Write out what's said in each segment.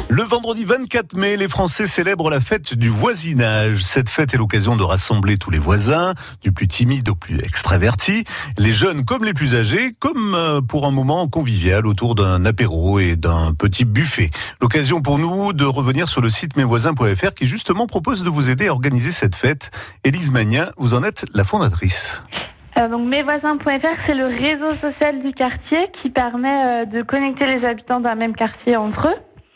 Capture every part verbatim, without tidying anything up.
Le vendredi vingt-quatre mai, les Français célèbrent la fête du voisinage. Cette fête est l'occasion de rassembler tous les voisins, du plus timide au plus extraverti, les jeunes comme les plus âgés, comme pour un moment convivial autour d'un apéro et d'un petit buffet. L'occasion pour nous de revenir sur le site mes voisins point f r qui justement propose de vous aider à organiser cette fête. Élise Magnin, vous en êtes la fondatrice. Euh, donc mes voisins point f r, c'est le réseau social du quartier qui permet euh, de connecter les habitants d'un même quartier entre eux.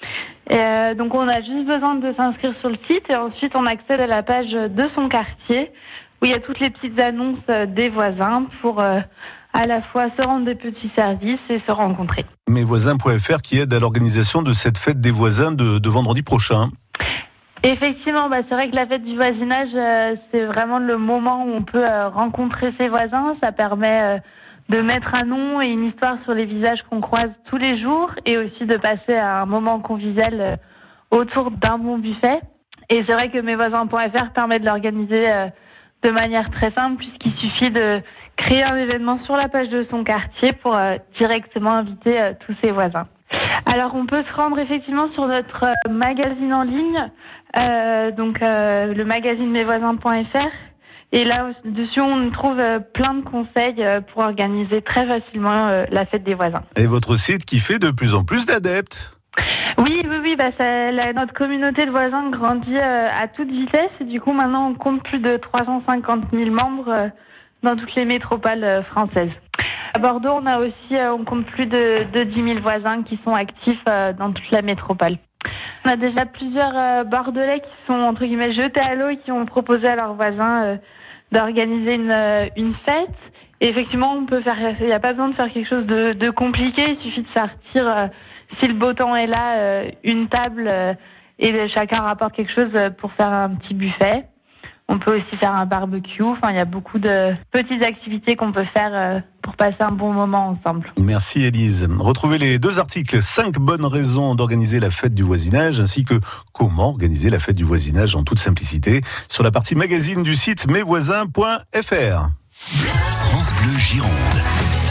Et euh, donc on a juste besoin de s'inscrire sur le site et ensuite on accède à la page de son quartier où il y a toutes les petites annonces des voisins pour euh, à la fois se rendre des petits services et se rencontrer. mes voisins point f r qui aide à l'organisation de cette fête des voisins de, de vendredi prochain. Effectivement, bah c'est vrai que la fête du voisinage, euh, c'est vraiment le moment où on peut euh, rencontrer ses voisins. Ça permet euh, de mettre un nom et une histoire sur les visages qu'on croise tous les jours et aussi de passer à un moment convivial euh, autour d'un bon buffet. Et c'est vrai que mes voisins point f r permet de l'organiser euh, de manière très simple puisqu'il suffit de créer un événement sur la page de son quartier pour euh, directement inviter euh, tous ses voisins. Alors on peut se rendre effectivement sur notre euh, magazine en ligne, euh, donc euh, le magazine mes voisins point f r. Et là, dessus, on trouve euh, plein de conseils euh, pour organiser très facilement euh, la fête des voisins. Et votre site qui fait de plus en plus d'adeptes. Oui, oui, oui. Bah, ça, la, notre communauté de voisins grandit euh, à toute vitesse. Et du coup, maintenant, on compte plus de trois cent cinquante mille membres euh, dans toutes les métropoles euh, françaises. À Bordeaux, on a aussi, euh, on compte plus de, de dix mille voisins qui sont actifs euh, dans toute la métropole. On a déjà plusieurs euh, Bordelais qui sont, entre guillemets, jetés à l'eau et qui ont proposé à leurs voisins euh, d'organiser une, euh, une fête. Et effectivement, on peut faire, il n'y a pas besoin de faire quelque chose de, de compliqué. Il suffit de sortir, euh, si le beau temps est là, euh, une table euh, et chacun rapporte quelque chose pour faire un petit buffet. On peut aussi faire un barbecue. Enfin, il y a beaucoup de petites activités qu'on peut faire euh, pour passer un bon moment ensemble. Merci Élise. Retrouvez les deux articles, cinq bonnes raisons d'organiser la fête du voisinage, ainsi que comment organiser la fête du voisinage en toute simplicité, sur la partie magazine du site mes voisins point f r. France Bleu Gironde.